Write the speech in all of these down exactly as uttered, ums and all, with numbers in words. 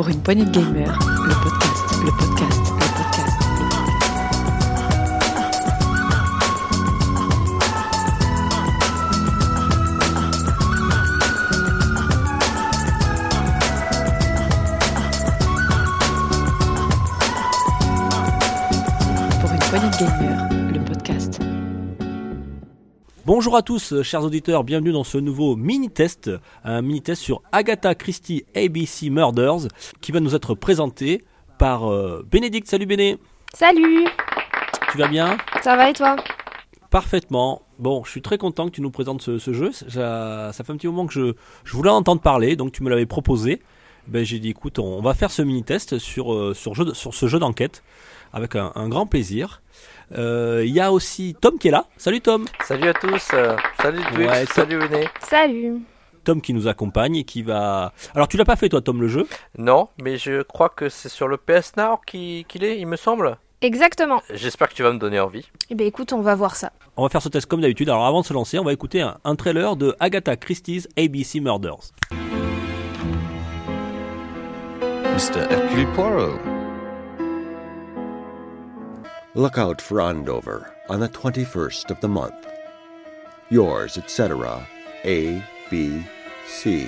Pour une poignée de gamers, le podcast, le podcast, le podcast, le podcast. Pour une poignée de gamers, le podcast. Bonjour à tous, chers auditeurs, bienvenue dans ce nouveau mini-test, un mini-test sur Agatha Christie A B C Murders, qui va nous être présenté par euh, Bénédicte. Salut Béné. Salut. Tu vas bien ? Ça va et toi ? Parfaitement. Bon, je suis très content que tu nous présentes ce, ce jeu. Ça, ça fait un petit moment que je, je voulais en entendre parler, donc tu me l'avais proposé. Ben, j'ai dit écoute, on, on va faire ce mini-test sur, euh, sur, jeu, sur ce jeu d'enquête, avec un, un grand plaisir. Il euh, y a aussi Tom qui est là. Salut Tom. Salut à tous. Euh, salut Twix. Ouais, salut René. Salut. Tom qui nous accompagne et qui va... Alors tu l'as pas fait toi Tom le jeu ? Non, mais je crois que c'est sur le P S Now qu'il, qu'il est, il me semble. Exactement. J'espère que tu vas me donner envie. Eh bien écoute, on va voir ça. On va faire ce test comme d'habitude. Alors avant de se lancer, on va écouter un, un trailer de Agatha Christie's A B C Murders. Mister Hercule Poirot. Look out for Andover on the twenty-first of the month. Yours, et cetera, A, B, C.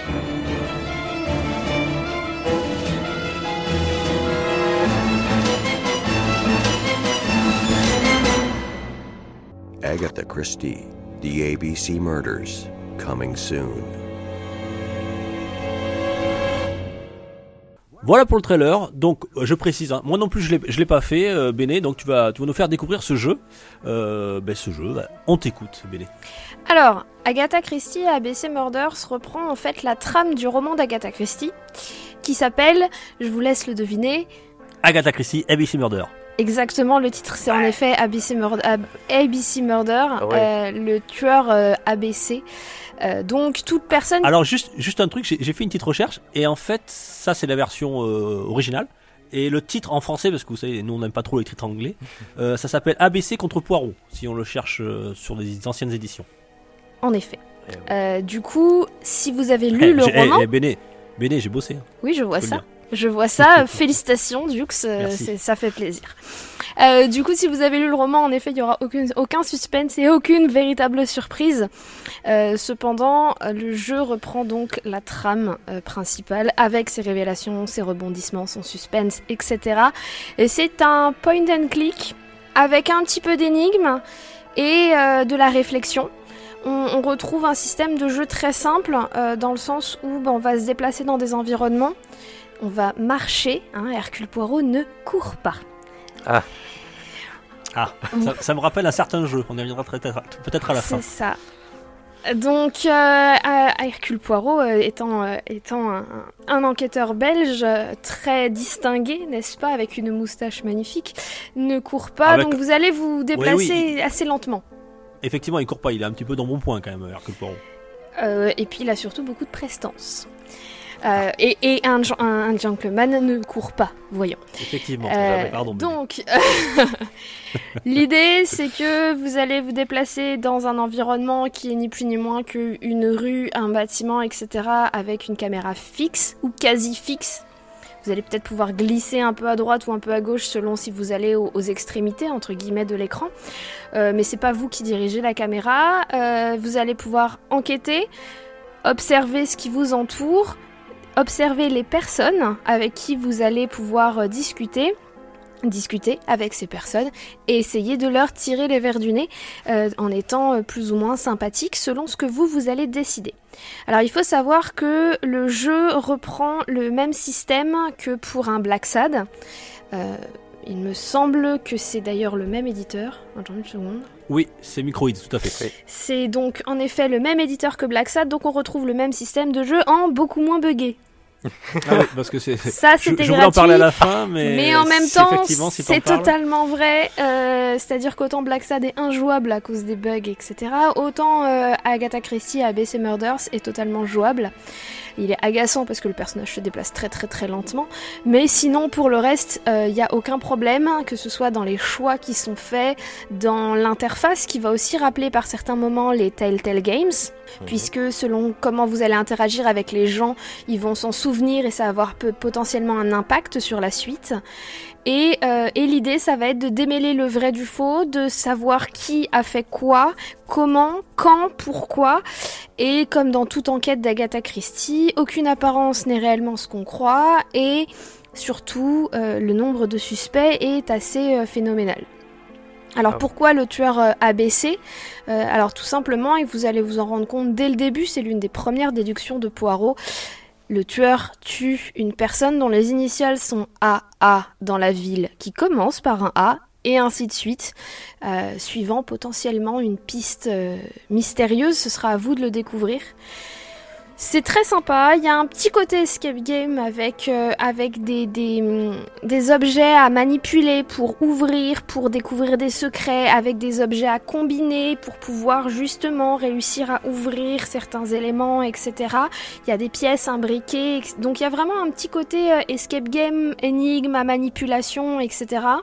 Agatha Christie, The A B C Murders, coming soon. Voilà pour le trailer. Donc euh, je précise, hein, moi non plus je l'ai, je l'ai pas fait, euh, Béné. Donc tu vas, tu vas nous faire découvrir ce jeu. Euh, ben, ce jeu, bah, on t'écoute, Béné. Alors, Agatha Christie A B C Murders reprend en fait la trame du roman d'Agatha Christie, qui s'appelle, je vous laisse le deviner. Agatha Christie A B C Murder. Exactement, le titre c'est en effet A B C Murder, A B C Murder, Ah ouais. euh, le tueur euh, A B C. Euh, donc toute personne. Alors juste, juste un truc, j'ai, j'ai fait une petite recherche et en fait ça c'est la version euh, originale et le titre en français, parce que vous savez nous on n'aime pas trop les titres anglais, euh, ça s'appelle A B C contre Poirot si on le cherche euh, sur des anciennes éditions. En effet. Eh oui. Euh, du coup, si vous avez lu Eh, le j'ai- roman, eh, eh, Béné, Béné, j'ai bossé. hein. oui je vois Faut le ça. dire. Je vois ça, félicitations Dux, euh, Merci. c'est, ça fait plaisir. Euh, du coup, si vous avez lu le roman, en effet, il n'y aura aucun, aucun suspense et aucune véritable surprise. Euh, cependant, le jeu reprend donc la trame euh, principale avec ses révélations, ses rebondissements, son suspense, et cetera. Et c'est un point and click avec un petit peu d'énigmes et euh, de la réflexion. On, on retrouve un système de jeu très simple euh, dans le sens où ben, on va se déplacer dans des environnements. On va marcher, hein, Hercule Poirot ne court pas. Ah, ça, ça me rappelle un certain jeu, on y reviendra peut-être, peut-être à la fin. C'est ça. Donc, euh, Hercule Poirot, euh, étant, euh, étant un, un enquêteur belge euh, très distingué, n'est-ce pas, avec une moustache magnifique, ne court pas, Avec- donc vous allez vous déplacer Oui, oui. assez lentement. Effectivement il court pas, il est un petit peu dans mon point quand même Hercule Poirot. Euh, et puis il a surtout beaucoup de prestance. Euh, et et un, gen- un, un gentleman ne court pas, voyons. Effectivement, Euh, pardon. Béné. donc, l'idée c'est que vous allez vous déplacer dans un environnement qui est ni plus ni moins qu'une rue, un bâtiment, et cetera avec une caméra fixe ou quasi fixe. Vous allez peut-être pouvoir glisser un peu à droite ou un peu à gauche selon si vous allez aux, aux extrémités entre guillemets de l'écran. Euh, mais c'est pas vous qui dirigez la caméra. Euh, vous allez pouvoir enquêter, observer ce qui vous entoure, observer les personnes avec qui vous allez pouvoir euh, discuter, discuter avec ces personnes et essayer de leur tirer les vers du nez euh, en étant euh, plus ou moins sympathique selon ce que vous, vous allez décider. Alors il faut savoir que le jeu reprend le même système que pour un Black Sad. Euh, il me semble que c'est d'ailleurs le même éditeur. Attends une seconde. Oui, c'est Microids, tout à fait. Oui. C'est donc en effet le même éditeur que Black Sad, donc on retrouve le même système de jeu en beaucoup moins buggé. Ah oui, parce que c'est... Ça Je, c'était je voulais en gratuit. parler à la fin, mais... Mais en même c'est temps, effectivement, si t'en c'est parles- totalement vrai. Euh, c'est-à-dire qu'autant Black Sad est injouable à cause des bugs, et cetera, autant euh, Agatha Christie A B C Murders est totalement jouable. Il est agaçant parce que le personnage se déplace très très très lentement. Mais sinon, pour le reste, il euh, n'y a aucun problème, que ce soit dans les choix qui sont faits, dans l'interface qui va aussi rappeler par certains moments les Telltale Games, mmh. puisque selon comment vous allez interagir avec les gens, ils vont s'en souvenir et ça va avoir peu, potentiellement un impact sur la suite. Et, euh, et l'idée, ça va être de démêler le vrai du faux, de savoir qui a fait quoi, comment, quand, pourquoi. Et comme dans toute enquête d'Agatha Christie, aucune apparence n'est réellement ce qu'on croit. Et surtout, euh, le nombre de suspects est assez euh, phénoménal. Alors pourquoi le tueur euh, A B C ? euh, Alors tout simplement, et vous allez vous en rendre compte dès le début, c'est l'une des premières déductions de Poirot. Le tueur tue une personne dont les initiales sont A A dans la ville, qui commence par un A, et ainsi de suite, euh, suivant potentiellement une piste euh, mystérieuse. Ce sera à vous de le découvrir. C'est très sympa, il y a un petit côté escape game avec, euh, avec des, des, des objets à manipuler pour ouvrir, pour découvrir des secrets, avec des objets à combiner pour pouvoir justement réussir à ouvrir certains éléments, et cetera. Il y a des pièces imbriquées, donc il y a vraiment un petit côté euh, escape game, énigme à manipulation, et cetera.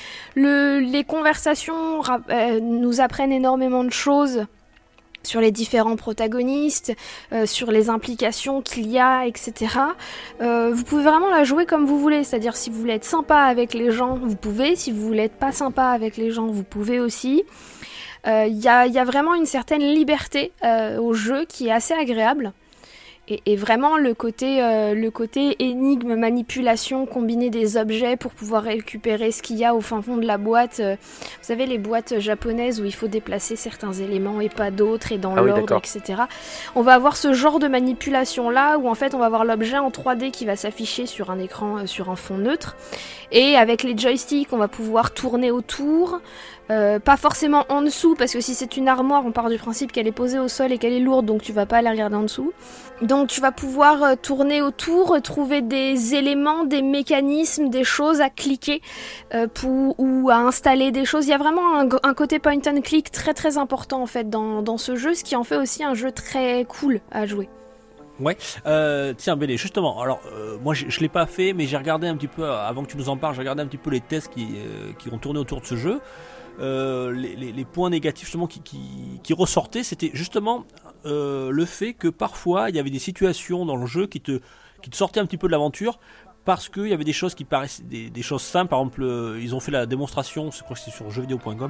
Le, les conversations euh, nous apprennent énormément de choses sur les différents protagonistes, euh, sur les implications qu'il y a, et cetera. Euh, vous pouvez vraiment la jouer comme vous voulez, c'est-à-dire si vous voulez être sympa avec les gens, vous pouvez, si vous voulez être pas sympa avec les gens, vous pouvez aussi. Il euh, y, a, y a vraiment une certaine liberté euh, au jeu qui est assez agréable. Et, et vraiment le côté, euh, le côté énigme, manipulation, combiner des objets pour pouvoir récupérer ce qu'il y a au fin fond de la boîte. Euh, vous savez, les boîtes japonaises où il faut déplacer certains éléments et pas d'autres, et dans ah l'ordre, oui, et cetera. On va avoir ce genre de manipulation-là, où en fait on va avoir l'objet en trois D qui va s'afficher sur un écran, euh, sur un fond neutre. Et avec les joysticks, on va pouvoir tourner autour. Euh, pas forcément en dessous, parce que si c'est une armoire, on part du principe qu'elle est posée au sol et qu'elle est lourde, donc tu vas pas aller regarder en dessous. Donc tu vas pouvoir euh, tourner autour, trouver des éléments, des mécanismes, des choses à cliquer euh, pour, ou à installer des choses. Il y a vraiment un, un côté point and click très très important en fait dans, dans ce jeu, ce qui en fait aussi un jeu très cool à jouer. Ouais, euh, tiens Bélé, justement, alors euh, moi je, je l'ai pas fait, mais j'ai regardé un petit peu, avant que tu nous en parles, j'ai regardé un petit peu les tests qui, euh, qui ont tourné autour de ce jeu. Euh, les, les, les points négatifs justement qui, qui, qui ressortaient, c'était justement euh, le fait que parfois il y avait des situations dans le jeu qui te, qui te sortaient un petit peu de l'aventure, parce qu'il y avait des choses qui paraissaient des, des choses simples. Par exemple, euh, ils ont fait la démonstration, je crois que c'est sur jeux vidéo point com,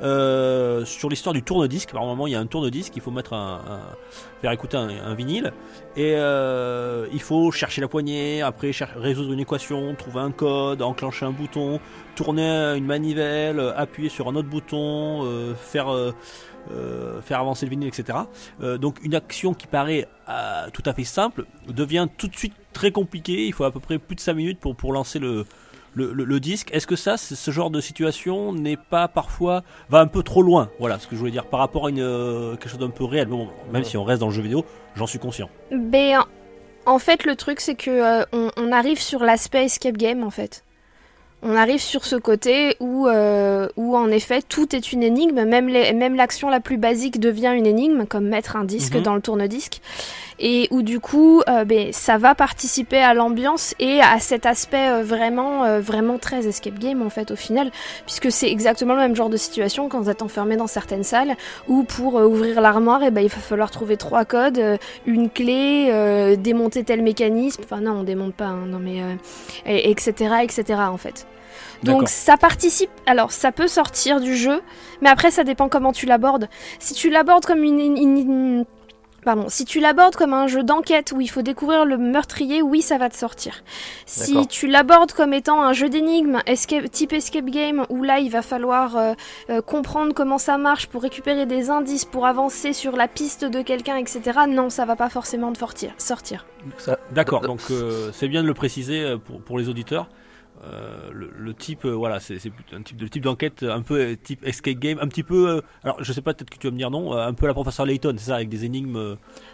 euh, sur l'histoire du tourne-disque. Par moment, il y a un tourne-disque, il faut mettre un, un faire écouter un, un vinyle, et euh, il faut chercher la poignée, après cher- résoudre une équation, trouver un code, enclencher un bouton, tourner une manivelle, appuyer sur un autre bouton, euh, faire euh, euh, faire avancer le vinyle, et cetera. Euh, donc une action qui paraît euh, tout à fait simple devient tout de suite très compliquée. Il faut à peu près plus de cinq minutes pour, pour lancer le, le, le, le disque. Est-ce que ça, ce genre de situation n'est pas parfois, va un peu trop loin? Voilà ce que je voulais dire par rapport à une, euh, quelque chose d'un peu réel. Bon, même si on reste dans le jeu vidéo, j'en suis conscient. Ben, en fait, le truc, c'est que euh, on, on arrive sur l'aspect escape game, en fait. On arrive sur ce côté où, euh, où en effet tout est une énigme, même, les, même l'action la plus basique devient une énigme, comme mettre un disque mmh. dans le tourne-disque, et où du coup euh, ben, ça va participer à l'ambiance et à cet aspect euh, vraiment, euh, vraiment très escape game en fait au final, puisque c'est exactement le même genre de situation quand vous êtes enfermé dans certaines salles où pour euh, ouvrir l'armoire, et ben, il va falloir trouver trois codes, euh, une clé, euh, démonter tel mécanisme, enfin non on démonte pas, hein, non mais euh, et, etc etc en fait. Donc D'accord. ça participe, alors ça peut sortir du jeu, mais après ça dépend comment tu l'abordes. Si tu l'abordes comme une, une, une pardon, si tu l'abordes comme un jeu d'enquête où il faut découvrir le meurtrier, oui ça va te sortir. Si D'accord. tu l'abordes comme étant un jeu d'énigmes, escape, type escape game, où là il va falloir euh, euh, comprendre comment ça marche pour récupérer des indices, pour avancer sur la piste de quelqu'un, et cetera. Non, ça va pas forcément te sortir. sortir. Ça, D'accord, donc euh, c'est bien de le préciser pour, pour les auditeurs. Euh, le, le type euh, voilà c'est, c'est un type de type d'enquête un peu euh, type escape game, un petit peu euh, alors je sais pas, peut-être que tu vas me dire non, euh, un peu la professeur Layton, c'est ça, avec des énigmes euh,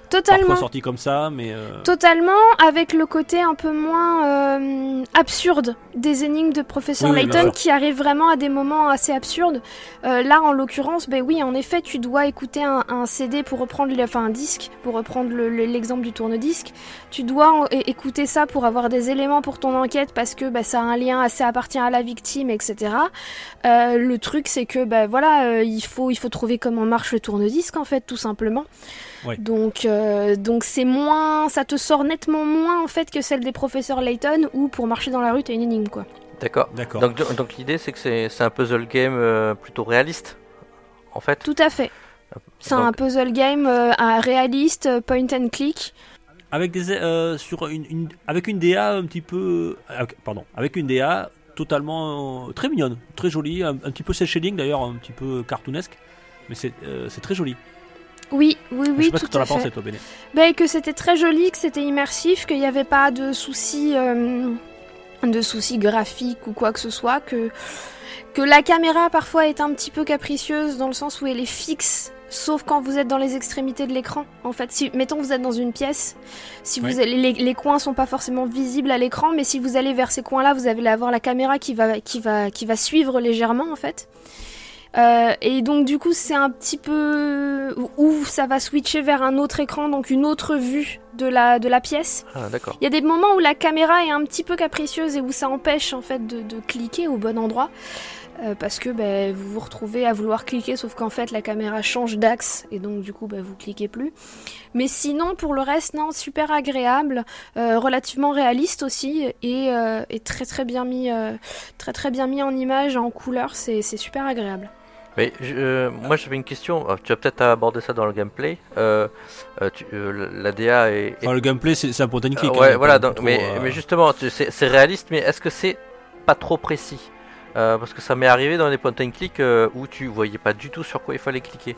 Totalement. parfois sortis comme ça, mais... Euh... Totalement, avec le côté un peu moins euh, absurde des énigmes de Professeur Oui, oui, Layton bien sûr. qui arrivent vraiment à des moments assez absurdes. Euh, là, en l'occurrence, ben oui, en effet, tu dois écouter un, un C D pour reprendre, les, enfin un disque, pour reprendre le, le, l'exemple du tourne-disque. Tu dois en, é- écouter ça pour avoir des éléments pour ton enquête parce que ben, ça a un lien, ça appartient à la victime, et cetera. Euh, le truc, c'est que ben voilà, euh, il faut, il faut trouver comment marche le tourne-disque en fait, tout simplement. Ouais. Donc, euh, donc c'est moins, ça te sort nettement moins en fait que celle des professeurs Layton où pour marcher dans la rue t'as une énigme quoi. D'accord. D'accord. Donc, donc l'idée c'est que c'est, c'est un puzzle game euh, plutôt réaliste, en fait. Tout à fait. C'est Donc- un puzzle game euh, un réaliste, euh, point and click. Avec des euh, sur une, une avec une D A un petit peu euh, pardon avec une D A totalement euh, très mignonne, très jolie, un, un petit peu cel shading d'ailleurs, un petit peu cartoonesque, mais c'est euh, c'est très joli. Oui, oui, Je oui, sais pas ce tout que t'en à as pensé fait. toi, Béné. Ben, que c'était très joli, que c'était immersif, qu'il n'y avait pas de soucis, euh, de soucis graphiques ou quoi que ce soit, que que la caméra parfois est un petit peu capricieuse dans le sens où elle est fixe. Sauf quand vous êtes dans les extrémités de l'écran. En fait, si, mettons vous êtes dans une pièce, si vous Oui. allez, les, les coins sont pas forcément visibles à l'écran, mais si vous allez vers ces coins-là, vous allez avoir la caméra qui va, qui va, qui va suivre légèrement en fait. Euh, et donc du coup c'est un petit peu où ça va switcher vers un autre écran, donc une autre vue de la, de la pièce. Ah, d'accord. Il y a des moments où la caméra est un petit peu capricieuse et où ça empêche en fait de, de cliquer au bon endroit. Euh, parce que bah, vous vous retrouvez à vouloir cliquer, sauf qu'en fait la caméra change d'axe et donc du coup bah, vous cliquez plus. Mais sinon pour le reste, non, super agréable, euh, relativement réaliste aussi et, euh, et très très bien mis, euh, très très bien mis en image, en couleur, c'est, c'est super agréable. Mais je- euh, moi j'avais une question, euh, tu vas peut-être aborder ça dans le gameplay. Euh, euh, tu- euh, la D A est... Enfin, le gameplay c'est c'est un point and click. Euh, ouais, hein, voilà, pas donc, trop, mais, euh, mais justement, tu- c'est, c'est réaliste, mais est-ce que c'est pas trop précis? Euh, Parce que ça m'est arrivé dans des point and click euh, où tu voyais pas du tout sur quoi il fallait cliquer.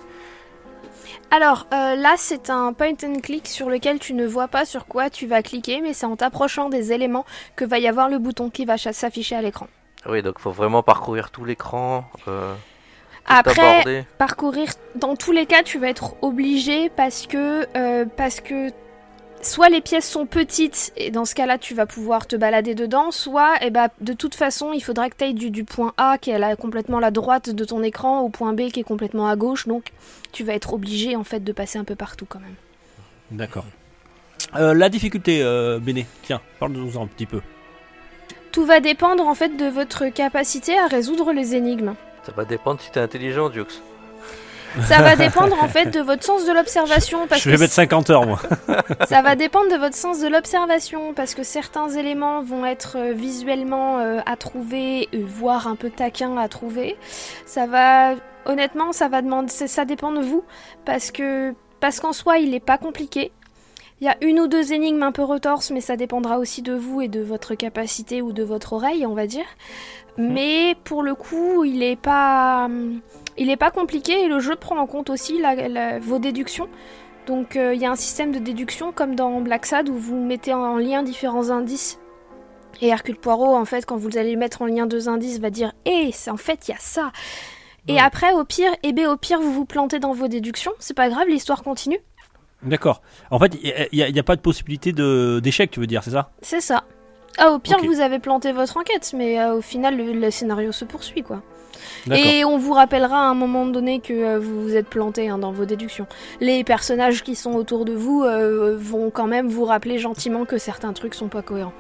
Alors euh, là c'est un point and click sur lequel tu ne vois pas sur quoi tu vas cliquer, mais c'est en t'approchant des éléments que va y avoir le bouton qui va ch- s'afficher à l'écran. Oui, donc faut vraiment parcourir tout l'écran. Euh, tout Après, aborder. parcourir, dans tous les cas, tu vas être obligé parce que, euh, parce que soit les pièces sont petites et dans ce cas-là, tu vas pouvoir te balader dedans, soit, eh ben, de toute façon, il faudra que tu ailles du, du point A qui est là, complètement à la droite de ton écran au point B qui est complètement à gauche, donc tu vas être obligé en fait de passer un peu partout quand même. D'accord. Euh, la difficulté, euh, Béné, tiens, parle-nous-en un petit peu. Tout va dépendre en fait de votre capacité à résoudre les énigmes. Ça va dépendre si t'es intelligent, Dux. Ça va dépendre en fait de votre sens de l'observation. Parce Je vais que mettre cinquante heures moi. ça va dépendre de votre sens de l'observation parce que certains éléments vont être euh, visuellement euh, à trouver, euh, voire un peu taquins à trouver. Ça va, honnêtement, ça va demander, ça, ça dépend de vous parce que parce qu'en soi, il n'est pas compliqué. Il y a une ou deux énigmes un peu retorses, mais ça dépendra aussi de vous et de votre capacité ou de votre oreille, on va dire. Mais pour le coup, il est pas, il est pas compliqué et le jeu prend en compte aussi la, la- vos déductions. Donc euh, il y a un système de déduction comme dans Black Sad où vous mettez en lien différents indices. Et Hercule Poirot, en fait, quand vous allez mettre en lien deux indices, va dire « Eh, c'est en fait, il y a ça !» Et Ouais. après, au pire, eh ben, au pire, vous vous plantez dans vos déductions. C'est pas grave, l'histoire continue. D'accord. En fait, il n'y a, y a pas de possibilité de, d'échec, tu veux dire, c'est ça? C'est ça. Ah, au pire, Ok. vous avez planté votre enquête, mais euh, au final, le, le scénario se poursuit, quoi. D'accord. Et on vous rappellera à un moment donné que euh, vous vous êtes planté hein, dans vos déductions. Les personnages qui sont autour de vous euh, vont quand même vous rappeler gentiment que certains trucs sont pas cohérents.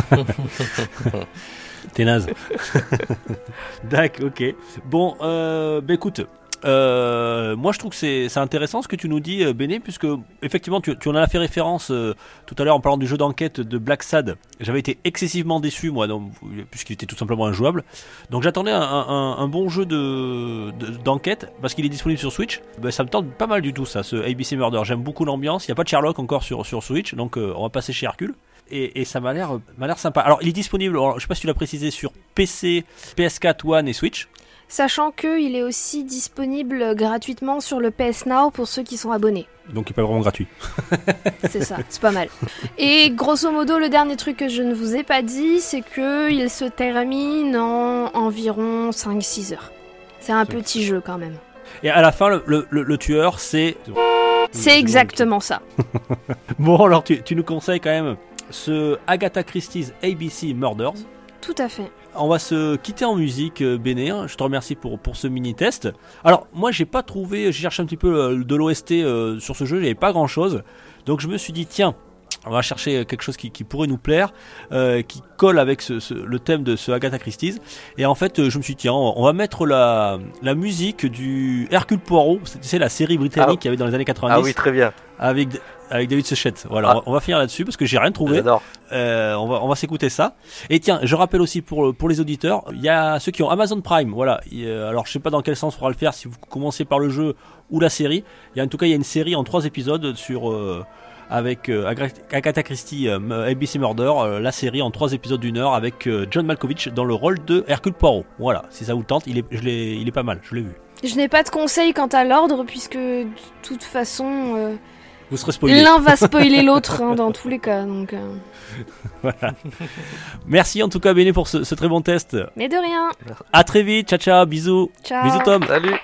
T'es naze. D'accord, ok. Bon, euh, bah écoute, euh, moi je trouve que c'est, c'est intéressant ce que tu nous dis, euh, Béné, puisque effectivement tu, tu en as fait référence euh, tout à l'heure en parlant du jeu d'enquête de Black Sad. J'avais été excessivement déçu, moi, donc, puisqu'il était tout simplement injouable. Donc j'attendais un, un, un bon jeu de, de- d'enquête, parce qu'il est disponible sur Switch. Ben, ça me tente pas mal du tout, ça, ce A B C Murder. J'aime beaucoup l'ambiance. Il n'y a pas de Sherlock encore sur, sur Switch, donc euh, on va passer chez Hercule. Et, et ça m'a l'air, m'a l'air sympa. Alors, il est disponible, alors, je sais pas si tu l'as précisé, sur P C, P S quatre, One et Switch. Sachant qu'il est aussi disponible gratuitement sur le P S Now pour ceux qui sont abonnés. Donc, il n'est pas vraiment gratuit. C'est ça, c'est pas mal. Et grosso modo, le dernier truc que je ne vous ai pas dit, c'est qu'il se termine en environ cinq six heures. C'est un C'est- petit jeu quand même. Et à la fin, le, le, le- le tueur, c'est. C'est exactement ça. Bon, alors tu, tu nous conseilles quand même ce Agatha Christie's A B C Murders. Tout à fait. On va se quitter en musique, euh, Béné. hein. Je te remercie pour, pour ce mini-test. Alors, moi, j'ai pas trouvé, j'ai cherché un petit peu euh, de l'O S T euh, sur ce jeu, j'avais pas grand-chose. Donc, je me suis dit, tiens, on va chercher quelque chose qui, qui pourrait nous plaire, euh, qui colle avec ce, ce, le thème de ce Agatha Christie's. Et en fait, euh, je me suis dit, tiens, on va mettre la, la musique du Hercule Poirot, c'est la série britannique Ah. qu'il y avait dans les années quatre-vingt-dix. Ah oui, très bien. Avec, avec David Suchet. Voilà, Ah. on, va, on va finir là-dessus parce que j'ai rien trouvé. J'adore. Euh, on va, on va s'écouter ça. Et tiens, je rappelle aussi pour, pour les auditeurs, il y a ceux qui ont Amazon Prime. Voilà. Et, euh, alors, je sais pas dans quel sens on va le faire, si vous commencez par le jeu ou la série. Il y a en tout cas, il y a une série en trois épisodes sur euh, avec euh, Agatha Christie, euh, A B C Murder, euh, la série en trois épisodes d'une heure avec euh, John Malkovich dans le rôle de Hercule Poirot. Voilà. Si ça vous tente, il est, je l'ai, il est pas mal. Je l'ai vu. Je n'ai pas de conseils quant à l'ordre, puisque de toute façon, euh, Vous serez spoilé. l'un va spoiler l'autre hein, dans tous les cas. Donc, euh. Voilà. Merci en tout cas, Béné, pour ce, ce très bon test. Mais de rien. À très vite. Ciao, ciao. Bisous. Ciao. Bisous, Tom. Salut.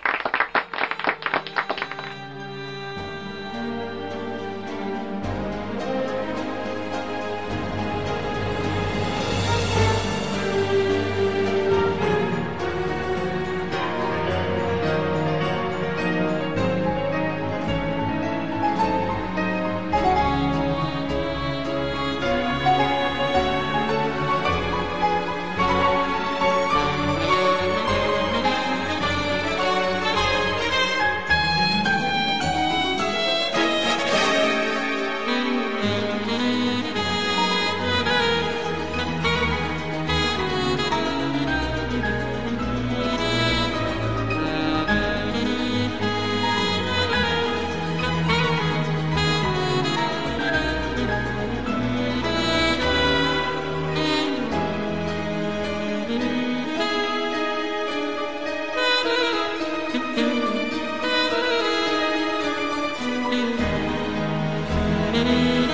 Thank you.